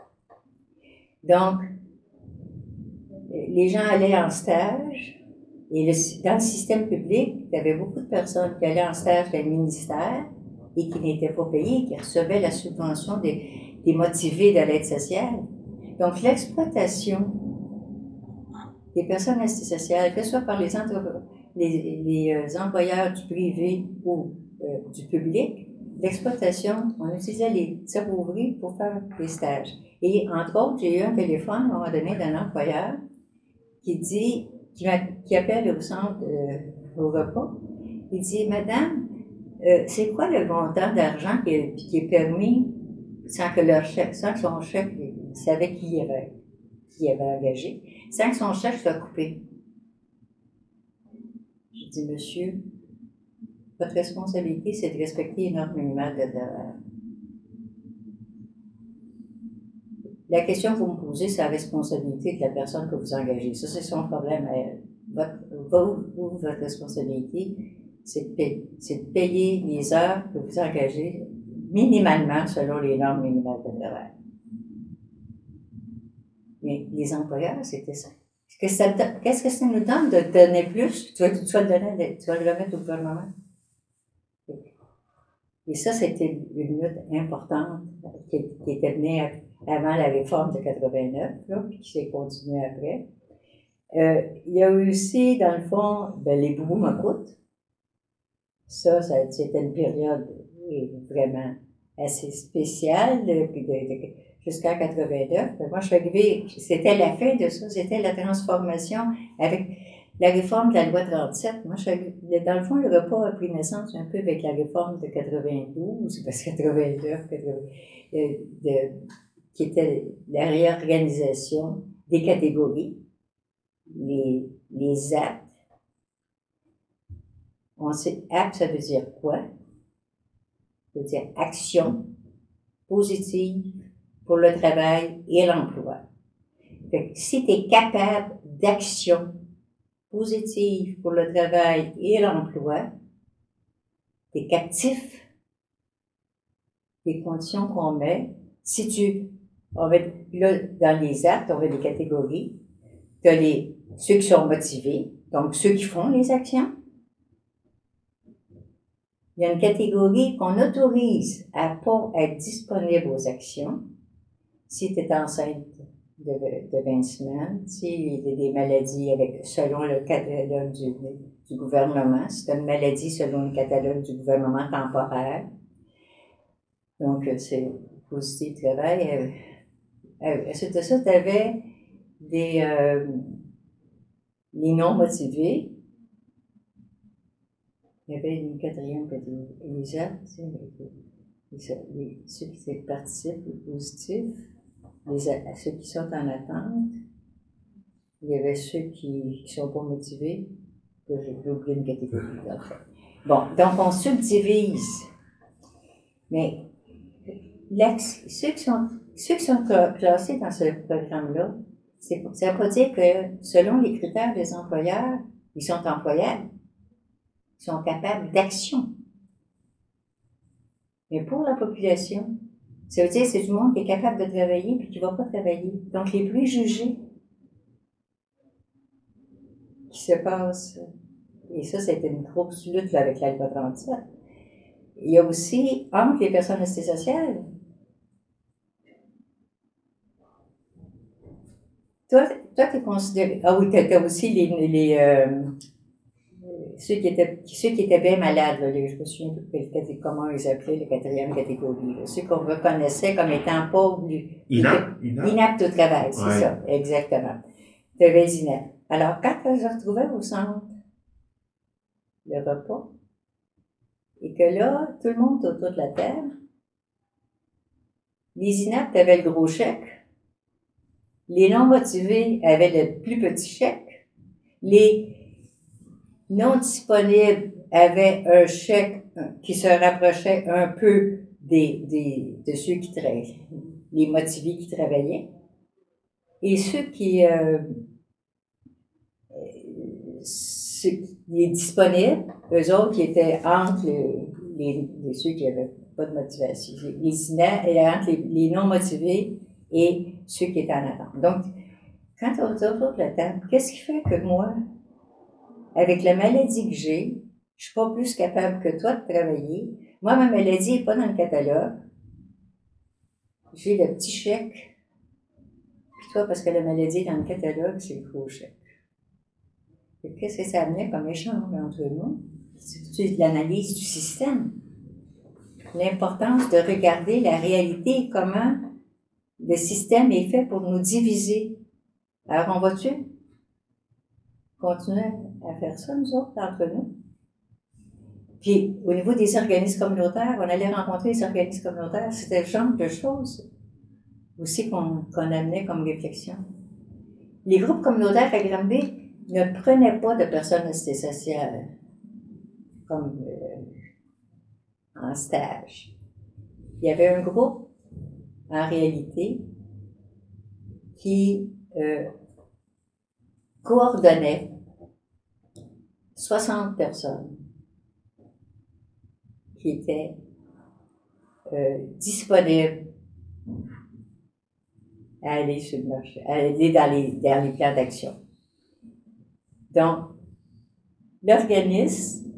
Donc, les gens allaient en stage, et dans le système public, il y avait beaucoup de personnes qui allaient en stage dans le ministère et qui n'étaient pas payées, qui recevaient la subvention des motivés de l'aide sociale. Donc, l'exploitation des personnes assistées sociales, que ce soit par les employeurs du privé ou du public, l'exploitation, on utilisait les appauvris pour faire des stages. Et entre autres, j'ai eu un téléphone à un moment donné d'un employeur qui appelle au centre au repas. Il dit, Madame, c'est quoi le montant d'argent qui est permis sans que son chef savait qui avait engagé, sans que son chef soit coupé? Je dis, Monsieur, votre responsabilité, c'est de respecter les normes minimales de travail. La question que vous me posez, c'est la responsabilité de la personne que vous engagez. Ça, c'est son problème à elle. Votre responsabilité, c'est de payer les heures que vous engagez minimalement selon les normes minimales de travail. Mais les employeurs, c'était ça. Qu'est-ce que ça nous donne de donner plus? Tu vas le remettre au gouvernement. Et ça, c'était une lutte importante qui était menée avant la réforme de 89, là, puis qui s'est continuée après. Il y a eu aussi, dans le fond, les boubous-macoutes. C'était une période vraiment assez spéciale, puis jusqu'en 89. Moi, je suis arrivée, c'était la fin de ça, c'était la transformation avec la réforme de la loi 37. Moi, je suis arrivée, dans le fond, le repas a pris naissance un peu avec la réforme de 92, parce que 89, qui était la réorganisation des catégories, les actes. On sait, ACT, ça veut dire quoi? Ça veut dire action positive pour le travail et l'emploi. Fait que si tu es capable d'action positive pour le travail et l'emploi, tu es captif des conditions qu'on met. On met, là, dans les actes, on met des catégories. Tu as ceux qui sont motivés, donc ceux qui font les actions. Il y a une catégorie qu'on autorise à pas être disponible aux actions. Si tu es enceinte de 20 semaines, s'il y a des maladies selon le catalogue du gouvernement, si tu as une maladie selon le catalogue du gouvernement temporaire, donc c'est positif travail. Ensuite de ça, tu avais les non motivés. Il y avait une quatrième catégorie. Les actes, ceux qui participent, les positifs, ceux qui sont en attente. Il y avait ceux qui ne sont pas motivés, que j'ai oublié une catégorie. Bon, donc on subdivise. Mais ceux qui sont classés dans ce programme-là, ça ne veut pas dire que selon les critères des employeurs, ils sont employables. Ils sont capables d'action. Mais pour la population, ça veut dire que c'est du monde qui est capable de travailler puis qui ne va pas travailler. Donc, les plus jugés qui se passent, et ça a été une grosse lutte là, avec la loi 37. Il y a aussi, entre les personnes restées sociales, toi, tu es considéré. Ah oui, tu as aussi ceux qui étaient bien malades, là, je me souviens plus comment ils appelaient la quatrième catégorie, là, ceux qu'on reconnaissait comme étant pauvres, inaptes au travail, c'est ouais. Ça, exactement. Tu avais les inaptes. Alors, quand je retrouvais au centre le repas, et que là, tout le monde autour de la table, les inaptes avaient le gros chèque, les non motivés avaient le plus petit chèque, les non disponibles avaient un chèque qui se rapprochait un peu de ceux qui travaillaient, les motivés qui travaillaient, et ceux qui les disponibles, eux autres qui étaient entre ceux qui n'avaient pas de motivation, entre les non motivés et ceux qui étaient en attente. Donc, quand on est autour de la table, qu'est-ce qui fait que moi, avec la maladie que j'ai, je suis pas plus capable que toi de travailler. Moi, ma maladie n'est pas dans le catalogue. J'ai le petit chèque. Puis toi, parce que la maladie est dans le catalogue, c'est le gros chèque. Et qu'est-ce que ça amenait comme échange entre nous? C'est l'analyse du système. L'importance de regarder la réalité, comment le système est fait pour nous diviser. Alors, on va-tu continuer à faire ça, nous autres, entre nous? Puis, au niveau des organismes communautaires, on allait rencontrer les organismes communautaires, c'était le genre de choses aussi qu'on amenait comme réflexion. Les groupes communautaires à Granby ne prenaient pas de personnes restées sociales comme en stage. Il y avait un groupe, en réalité, qui coordonnait 60 personnes qui étaient disponibles à aller sur le marché, à aller dans les plans d'action. Donc, l'organisme,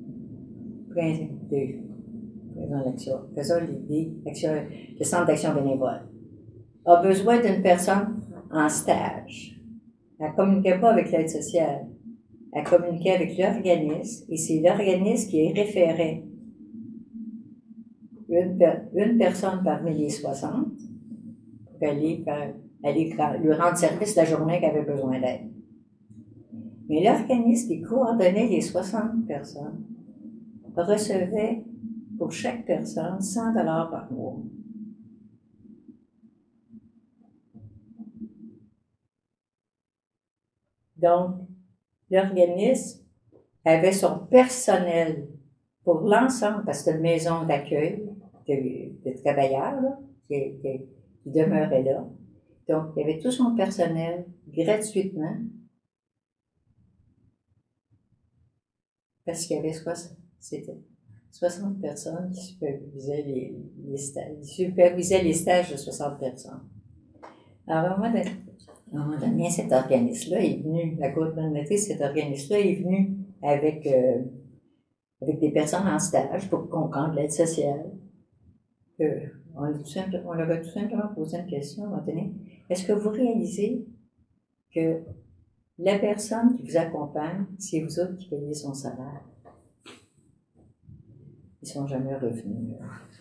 le centre d'action bénévole, a besoin d'une personne en stage. Elle ne communiquait pas avec l'aide sociale. Elle communiquait avec l'organisme, et c'est l'organisme qui référait une personne parmi les 60 lui rendre service la journée qu'elle avait besoin d'aide. Mais l'organisme qui coordonnait les 60 personnes recevait pour chaque personne 100 $ par mois. Donc, l'organisme avait son personnel pour l'ensemble, parce que c'était une maison d'accueil de travailleurs là, qui demeurait là. Donc, il y avait tout son personnel gratuitement, parce qu'il y avait 60 personnes qui supervisaient les stages. Ils supervisaient les stages de 60 personnes. Alors, à un moment donné, cet organisme-là est venu, la Cour de bonne maîtrise, cet organisme-là est venu avec des personnes en stage pour comprendre l'aide sociale. On leur a tout simplement posé une question à un moment donné. Est-ce que vous réalisez que la personne qui vous accompagne, c'est vous autres qui payez son salaire? Ils ne sont jamais revenus.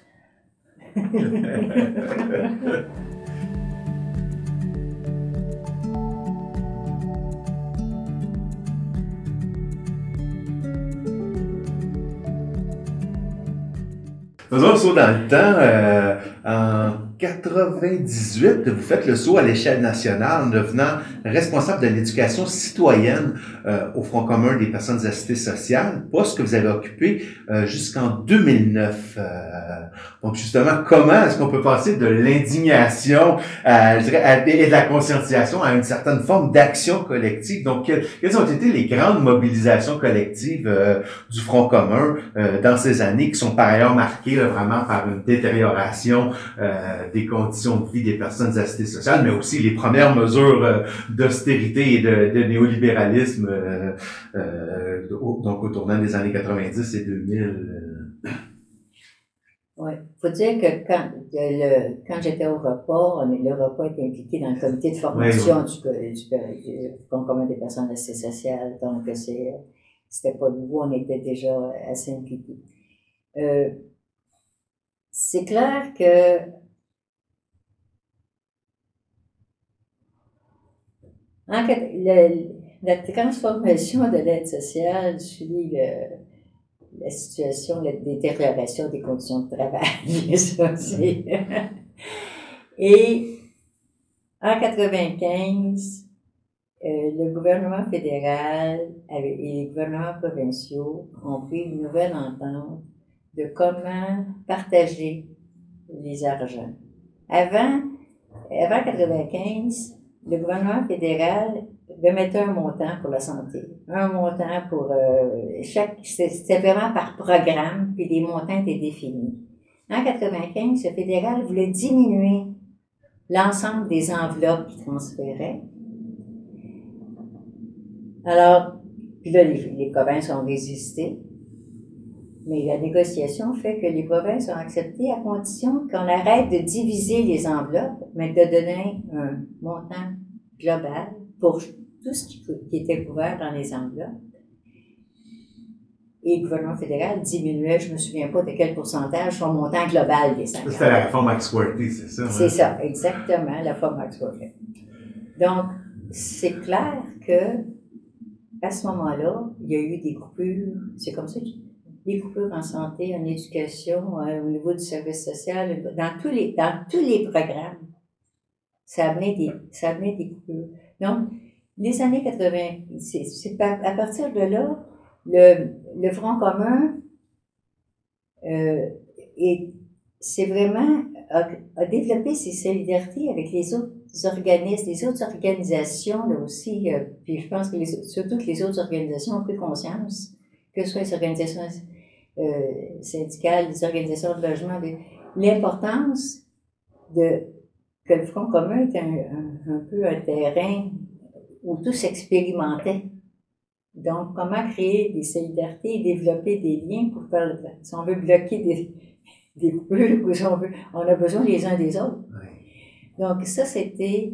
Faisons un saut dans le temps. En 98, vous faites le saut à l'échelle nationale en devenant responsable de l'éducation citoyenne au Front commun des personnes assistées sociales, poste que vous avez occupé jusqu'en 2009. Donc justement, comment est-ce qu'on peut passer de l'indignation, je dirais, et de la conscientisation à une certaine forme d'action collective? Donc, quelles ont été les grandes mobilisations collectives du Front commun dans ces années qui sont par ailleurs marquées là, vraiment par une détérioration des conditions de vie des personnes assistées sociales, mais aussi les premières mesures d'austérité et de néolibéralisme donc au tournant des années 90 et 2000. Oui, il faut dire que quand j'étais au repas, le repas était impliqué dans le comité de formation du Front commun des personnes assistées sociales, donc c'était pas nouveau, on était déjà assez impliqués. C'est clair que la transformation de l'aide sociale suit la situation, la détérioration des conditions de travail. Ça, Et en 1995, le gouvernement fédéral et les gouvernements provinciaux ont pris une nouvelle entente de comment partager les argents. Avant 1995, le gouvernement fédéral remettait un montant pour la santé, un montant pour c'était vraiment par programme, puis les montants étaient définis. En 1995, le fédéral voulait diminuer l'ensemble des enveloppes qu'il transférait. Alors, puis là, les provinces ont résisté. Mais la négociation fait que les provinces ont accepté à condition qu'on arrête de diviser les enveloppes, mais de donner un montant global pour tout ce qui était couvert dans les enveloppes. Et le gouvernement fédéral diminuait, je ne me souviens pas de quel pourcentage, son montant global des enveloppes. C'était la réforme Max-Worthy, c'est ça? C'est ça, exactement, la réforme Max-Worthy. Donc, c'est clair que à ce moment-là, il y a eu des coupures, c'est comme ça des coupures en santé, en éducation, au niveau du service social, dans tous les programmes, ça amenait des coupures. Donc, les années 80, c'est à partir de là, le Front commun c'est vraiment a développé ses solidarités avec les autres organismes, les autres organisations là aussi, puis je pense que surtout que les autres organisations ont pris conscience, que ce soit les organisations syndicales, les organisations de logement, l'importance que le Front commun était un peu un terrain où tout s'expérimentait. Donc, comment créer des solidarités et développer des liens pour faire si on veut bloquer des coupures ou si on a besoin les uns des autres. Oui. Donc, ça, c'était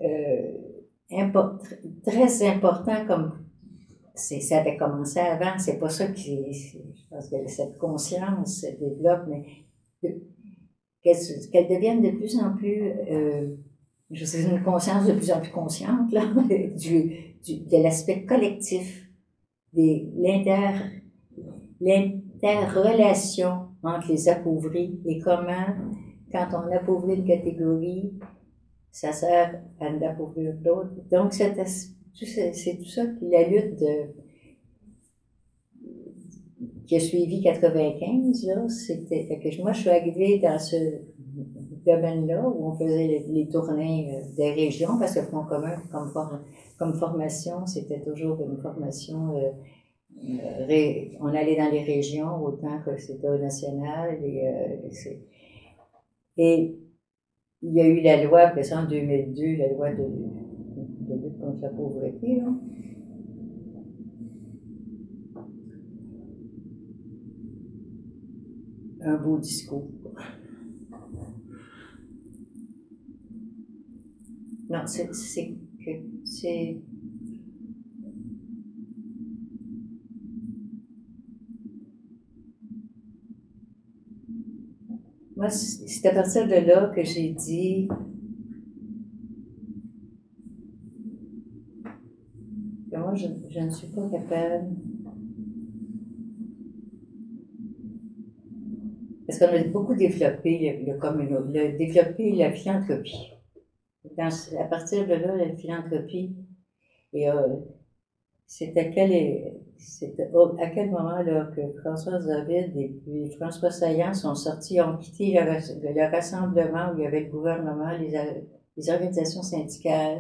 très important comme ça avait commencé avant. C'est pas ça je pense que cette conscience se développe, mais qu'elle devienne de plus en plus C'est une conscience de plus en plus consciente, là, de l'aspect collectif, l'interrelation entre les appauvris et comment, quand on appauvrit une catégorie, ça sert à appauvrir l'autre. Donc, c'est tout ça qui la lutte qui a suivi 95, là, c'était que moi, je suis arrivée dans ce domaine-là où on faisait les tournées des régions, parce que Front commun, comme formation, c'était toujours une formation, on allait dans les régions autant que c'était au national, et il y a eu la loi, après ça, en 2002, la loi de lutte contre la pauvreté, là. Un beau discours. Non, c'est moi, c'est à partir de là que j'ai dit que moi, je ne suis pas capable. Parce qu'on a beaucoup développé développé la philanthropie. À partir de là, la philanthropie, et c'est à quel moment là, que François David et puis François Saillant sont sortis, ont quitté le rassemblement où il y avait le gouvernement, les organisations syndicales,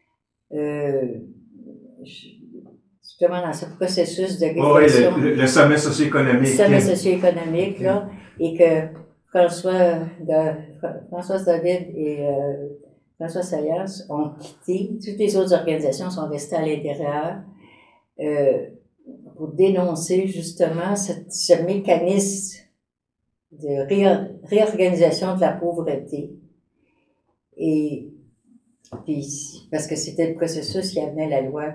justement dans ce processus de réflexion. Oui, le sommet socio-économique. Le sommet socio-économique, là, et que François David et François Saillant ont quitté, toutes les autres organisations sont restées à l'intérieur pour dénoncer justement ce mécanisme de réorganisation de la pauvreté. Et puis, parce que c'était le processus qui amenait la loi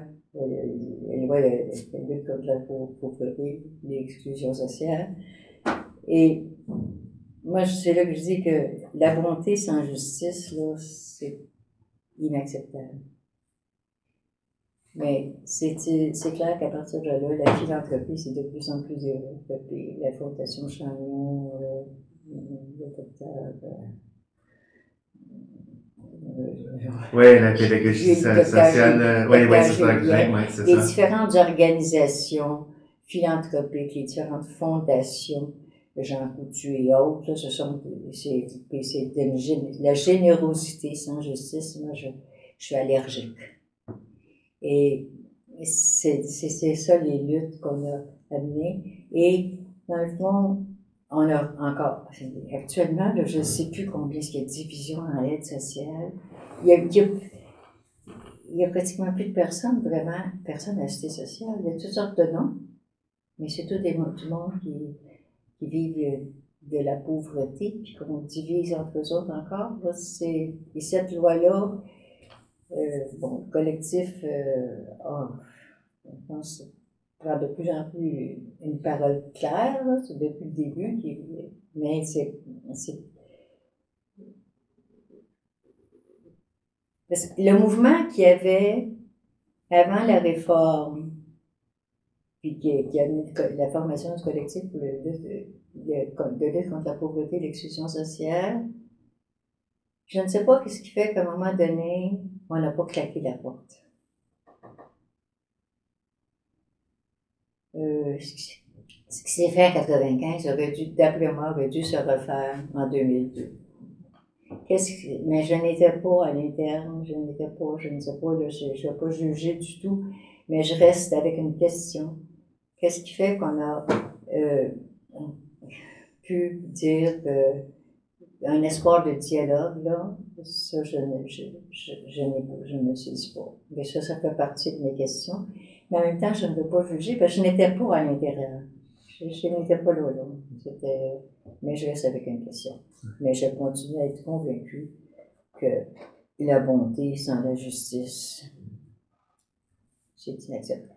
de lutte contre la pauvreté, l'exclusion sociale. Et moi, c'est là que je dis que la bonté sans justice, là, c'est inacceptable. Mais c'est clair qu'à partir de là, la philanthropie, c'est de plus en plus développée. La Fondation Chagnon, le docteur... oui, la pédagogie sociale. Oui, c'est ça. Les différentes organisations philanthropiques, les différentes fondations, Jean Coutu et autres, là, c'est la générosité sans justice. Moi, je suis allergique. Et c'est ça les luttes qu'on a amenées. Et dans le fond, on a encore, actuellement, là, je ne sais plus combien il y a de divisions en aide sociale. Il y a pratiquement plus de personnes à cité sociale. Il y a toutes sortes de noms, mais c'est tout du monde qui vivent de la pauvreté, puis qu'on divise entre eux autres encore. Là, et cette loi-là, le collectif, je pense, prend de plus en plus une parole claire, là, c'est depuis le début, mais le mouvement qu'il y avait avant la réforme, puis qui a mis la formation du collectif pour de lutte contre la pauvreté et l'exclusion sociale, je ne sais pas ce qui fait qu'à un moment donné, on n'a pas claqué la porte. Ce qui s'est fait en 1995 d'après moi, aurait dû se refaire en 2002. Mais je n'étais pas à l'interne, je ne sais pas, là, je ne vais pas juger du tout, mais je reste avec une question. Qu'est-ce qui fait qu'on a pu dire un espoir de dialogue, là? Ça, je ne sais pas. Mais ça fait partie de mes questions. Mais en même temps, je ne veux pas juger, parce que je n'étais pas à l'intérieur. Je n'étais pas là. Mais je reste avec une question. Mais je continue à être convaincue que la bonté sans la justice, c'est inacceptable.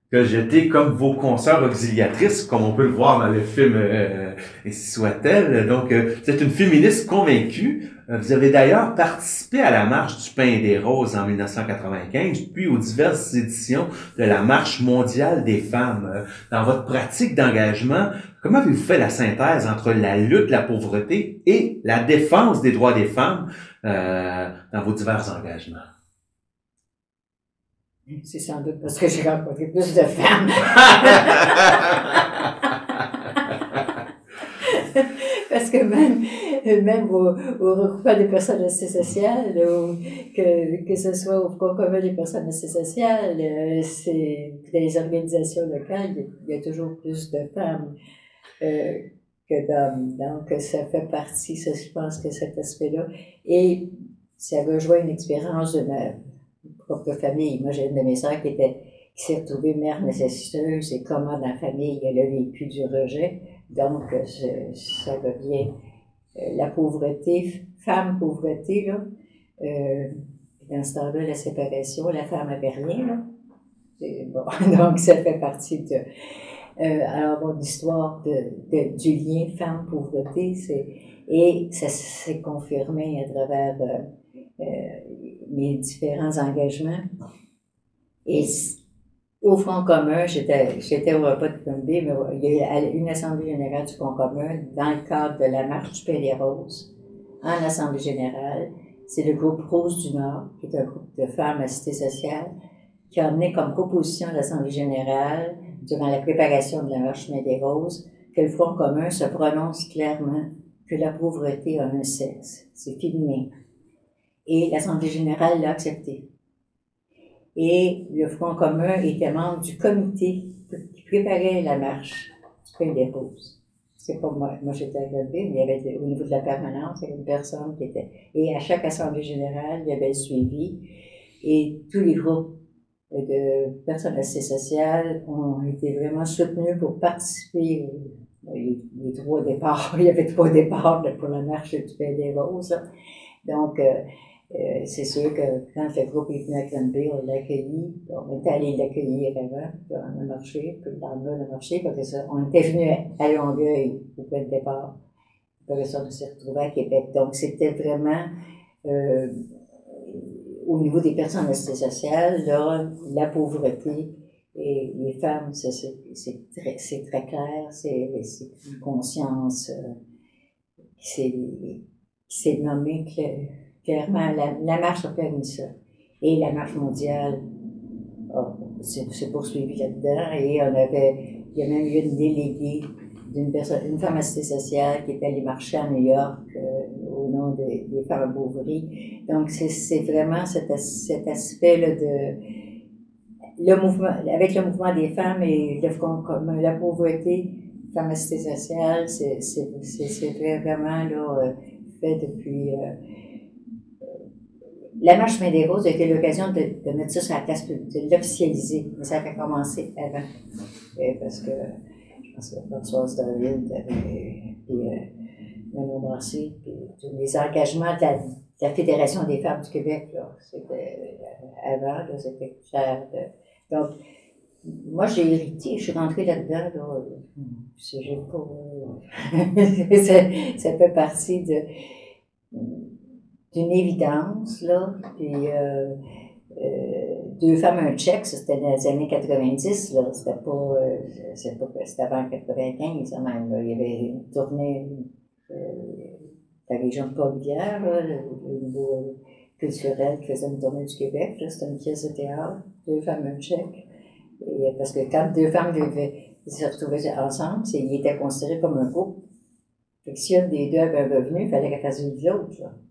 que j'étais comme vos consoeurs auxiliatrices, comme on peut le voir dans le film Ainsi soit-elle. Donc, vous êtes une féministe convaincue. Vous avez d'ailleurs participé à la Marche du Pain et des Roses en 1995, puis aux diverses éditions de la Marche mondiale des femmes. Dans votre pratique d'engagement, comment avez-vous fait la synthèse entre la lutte, la pauvreté et la défense des droits des femmes dans vos divers engagements? C'est sans doute parce que j'ai rencontré plus de femmes. Parce que même au regroupement des personnes assez sociales, que ce soit au Front commun des personnes assez sociales, c'est dans les organisations locales, il y a toujours plus de femmes que d'hommes. Donc, ça fait partie, ça, je pense que cet aspect-là. Et ça rejoint une expérience de ma propre famille. Moi, j'ai une de mes sœurs qui s'est retrouvée mère nécessiteuse et comment dans la famille elle a vécu du rejet. Donc, ça revient la pauvreté, femme pauvreté, là. Dans ce temps-là, la séparation, la femme n'avait rien, là. Bon, donc, ça fait partie de... alors, mon histoire du lien femme-pauvreté, et ça s'est confirmé à travers mes différents engagements. Et au Front commun, j'étais au repas de Columbie, mais il y a eu une assemblée générale du Front commun dans le cadre de la Marche du Pain et des Roses. En assemblée générale, c'est le groupe Rose du Nord, qui est un groupe de femmes à cité sociale, qui a amené comme proposition à l'assemblée générale, durant la préparation de la Marche du Pain et des Roses, que le Front commun se prononce clairement que la pauvreté a un sexe, c'est féminin. Et l'Assemblée générale l'a accepté. Et le Front commun était membre du comité qui préparait la marche du Pain et des Roses. C'est pas moi. Moi, j'étais à Columbie, mais il y avait au niveau de la permanence, il y avait une personne qui était... Et à chaque Assemblée générale, il y avait le suivi. Et tous les groupes de personnes assez sociales ont été vraiment soutenus pour participer les 3 départs. Il y avait 3 départs pour la marche du Pain et des Roses. Donc, c'est sûr que quand le groupe est venu à Columbie, on l'a accueilli. On était allé l'accueillir avant, puis on a marché, puis le lendemain, on a marché, parce que ça, on était venu à Longueuil au point de départ. Puis ça, on s'est retrouvés à Québec. Donc, c'était vraiment, au niveau des personnes assez sociales, là, la pauvreté et les femmes, c'est très clair, c'est une conscience qui s'est nommée clairement. La marche a permis ça. Et la marche mondiale s'est poursuivie là-dedans. Et il y a même eu une déléguée une femme assistée sociale qui est allée marcher à New York au nom des femmes appauvries. Donc, c'est vraiment cet aspect-là le mouvement, avec le mouvement des femmes et le Front commun, la pauvreté, femmes assistées sociales, c'est vraiment là, fait depuis... La Marche Pain des Roses a été l'occasion de mettre ça sur la place publique, de l'officialiser, mais ça a commencé avant. Parce que je pense que Françoise David puis Manon Massé, puis tous les engagements de la Fédération des femmes du Québec, là, c'était avant, là, c'était clair. Donc, moi, j'ai hérité, je suis rentrée là-dedans, là, j'ai pas... ça fait partie d'une évidence, là, puis Deux femmes, un chèque, ça, c'était dans les années 90, là, c'était avant 95, même, là. Il y avait une tournée la région de Trois-Rivières, le niveau culturel qui faisait une tournée du Québec, là, c'était une pièce de théâtre, Deux femmes, un chèque. Et, parce que quand deux femmes se retrouvaient ensemble, ils étaient considérés comme un couple. Fait que si une des deux avait un revenu, il fallait qu'elle fasse une de l'autre, là.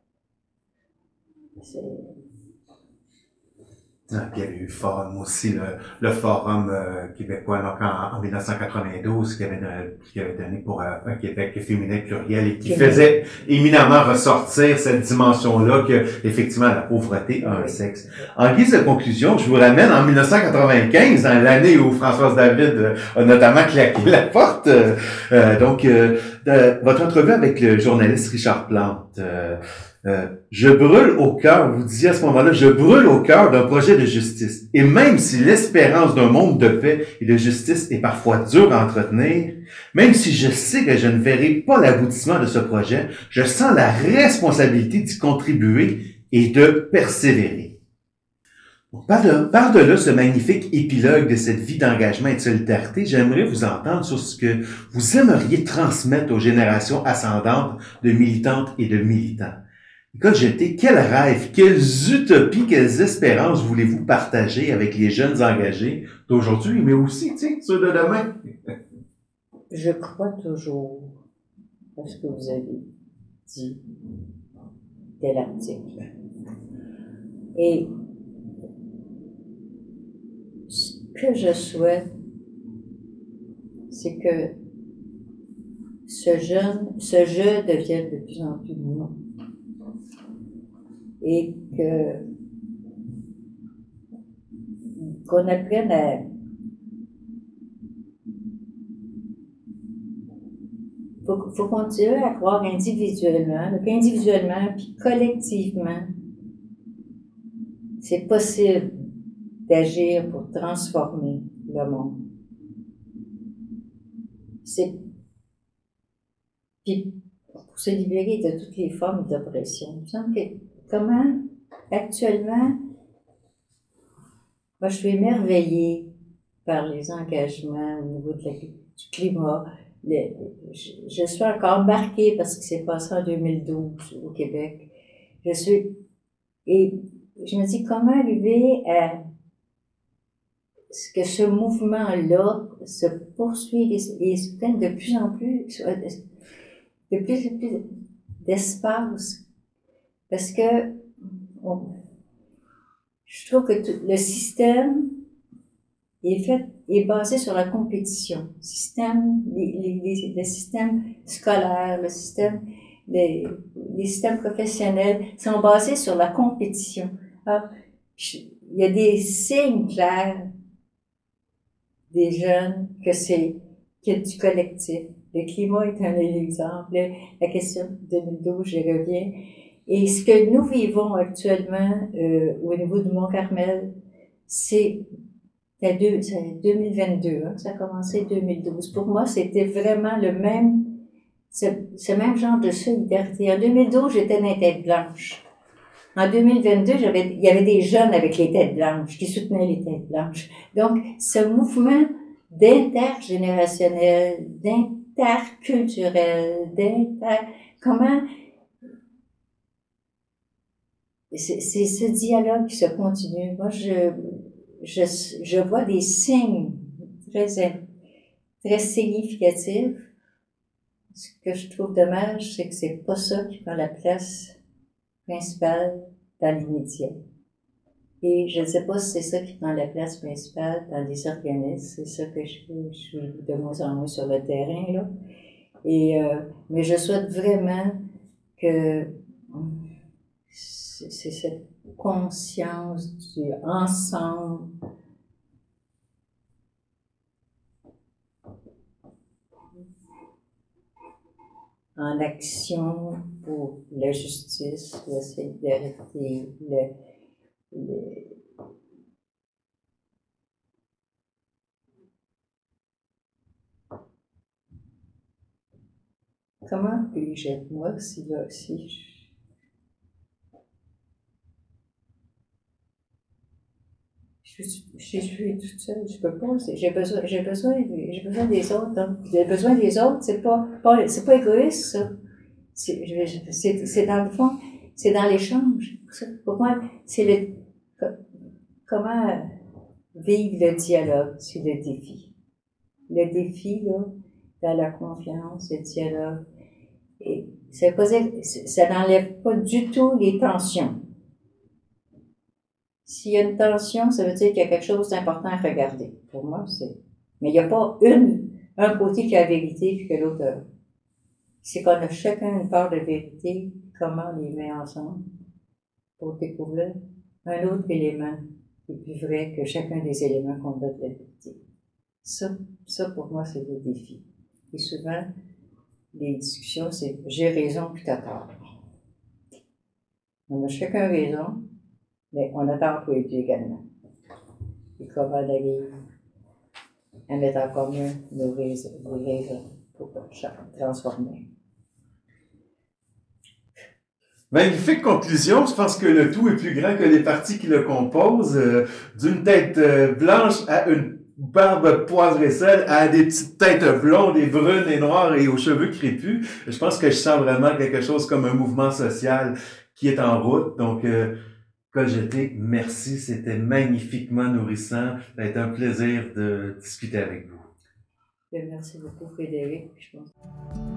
Puis il y avait eu le forum aussi, le forum québécois donc en 1992 qui avait donné pour un Québec féminin pluriel et qui faisait éminemment ressortir cette dimension-là que effectivement la pauvreté a un sexe. En guise de conclusion, je vous ramène en 1995, dans l'année où Françoise David a notamment claqué la porte. Donc Votre entrevue avec le journaliste Richard Plante. Je brûle au cœur, vous disiez à ce moment-là, je brûle au cœur d'un projet de justice. Et même si l'espérance d'un monde de paix et de justice est parfois dure à entretenir, même si je sais que je ne verrai pas l'aboutissement de ce projet, je sens la responsabilité d'y contribuer et de persévérer. Par-delà ce magnifique épilogue de cette vie d'engagement et de solidarité, j'aimerais vous entendre sur ce que vous aimeriez transmettre aux générations ascendantes de militantes et de militants. Nicole Jeté, quels rêves, quelles utopies, quelles espérances voulez-vous partager avec les jeunes engagés d'aujourd'hui, mais aussi, ceux de demain? Je crois toujours à ce que vous avez dit de l'article. Et ce que je souhaite, c'est que ce jeu devienne de plus en plus nous. Et qu'on apprenne à faut continuer à croire individuellement, donc individuellement puis collectivement, c'est possible d'agir pour transformer le monde. Puis pour se libérer de toutes les formes d'oppression. Il me semble que comment, actuellement, moi je suis émerveillée par les engagements au niveau du climat. Je suis encore marquée par ce qui s'est passé en 2012 au Québec. Et je me dis comment arriver à ce que ce mouvement-là se poursuit et se prenne de plus en plus d'espace. Parce que je trouve que le système est basé sur la compétition. Le système scolaire, les systèmes professionnels sont basés sur la compétition. Alors, il y a des signes clairs des jeunes qu'il y a du collectif. Le climat est un exemple. La question de 2012, je reviens. Et ce que nous vivons actuellement au niveau du Mont-Carmel, c'est 2022, hein, ça a commencé 2012. Pour moi, c'était vraiment ce même genre de solidarité. En 2012, j'étais dans les têtes blanches. En 2022, il y avait des jeunes avec les têtes blanches, qui soutenaient les têtes blanches. Donc, ce mouvement d'intergénérationnel, d'interculturel, comment, c'est ce dialogue qui se continue. Moi, je vois des signes très significatifs. Ce que je trouve dommage, c'est que c'est pas ça qui prend la place principale dans l'immédiat. Et je ne sais pas si c'est ça qui prend la place principale dans les organismes. C'est ça que je suis de moins en moins sur le terrain, là. Mais je souhaite vraiment que c'est cette conscience du ensemble en action pour la justice, la solidarité, Comment puis-je être moi si je suis toute seule, je peux pas, j'ai besoin des autres, hein. J'ai besoin des autres, c'est pas égoïste, ça. C'est dans le fond, c'est dans l'échange. Pour moi, comment vivre le dialogue, c'est le défi. Le défi, là, dans la confiance, le dialogue. Et ça n'enlève pas du tout les tensions. S'il y a une tension, ça veut dire qu'il y a quelque chose d'important à regarder. Pour moi, mais il n'y a pas un côté qui a la vérité puis que l'autre. C'est qu'on a chacun une part de vérité, comment on les met ensemble pour découvrir un autre élément qui est plus vrai que chacun des éléments qu'on a de la vérité. Ça pour moi, c'est le défi. Et souvent, les discussions, c'est j'ai raison puis t'as tort. On a chacun raison, mais on a tort pour les deux également. Et comment d'aller à mettre en commun nos raisons, les raisons pour transformer. Magnifique conclusion. Je pense que le tout est plus grand que les parties qui le composent. D'une tête blanche à une barbe poivre et sel, à des petites têtes blondes et brunes et noires et aux cheveux crépus. Je pense que je sens vraiment quelque chose comme un mouvement social qui est en route. Donc, Coljeté, merci. C'était magnifiquement nourrissant. Ça a été un plaisir de discuter avec vous. Merci beaucoup, Frédéric. Je pense.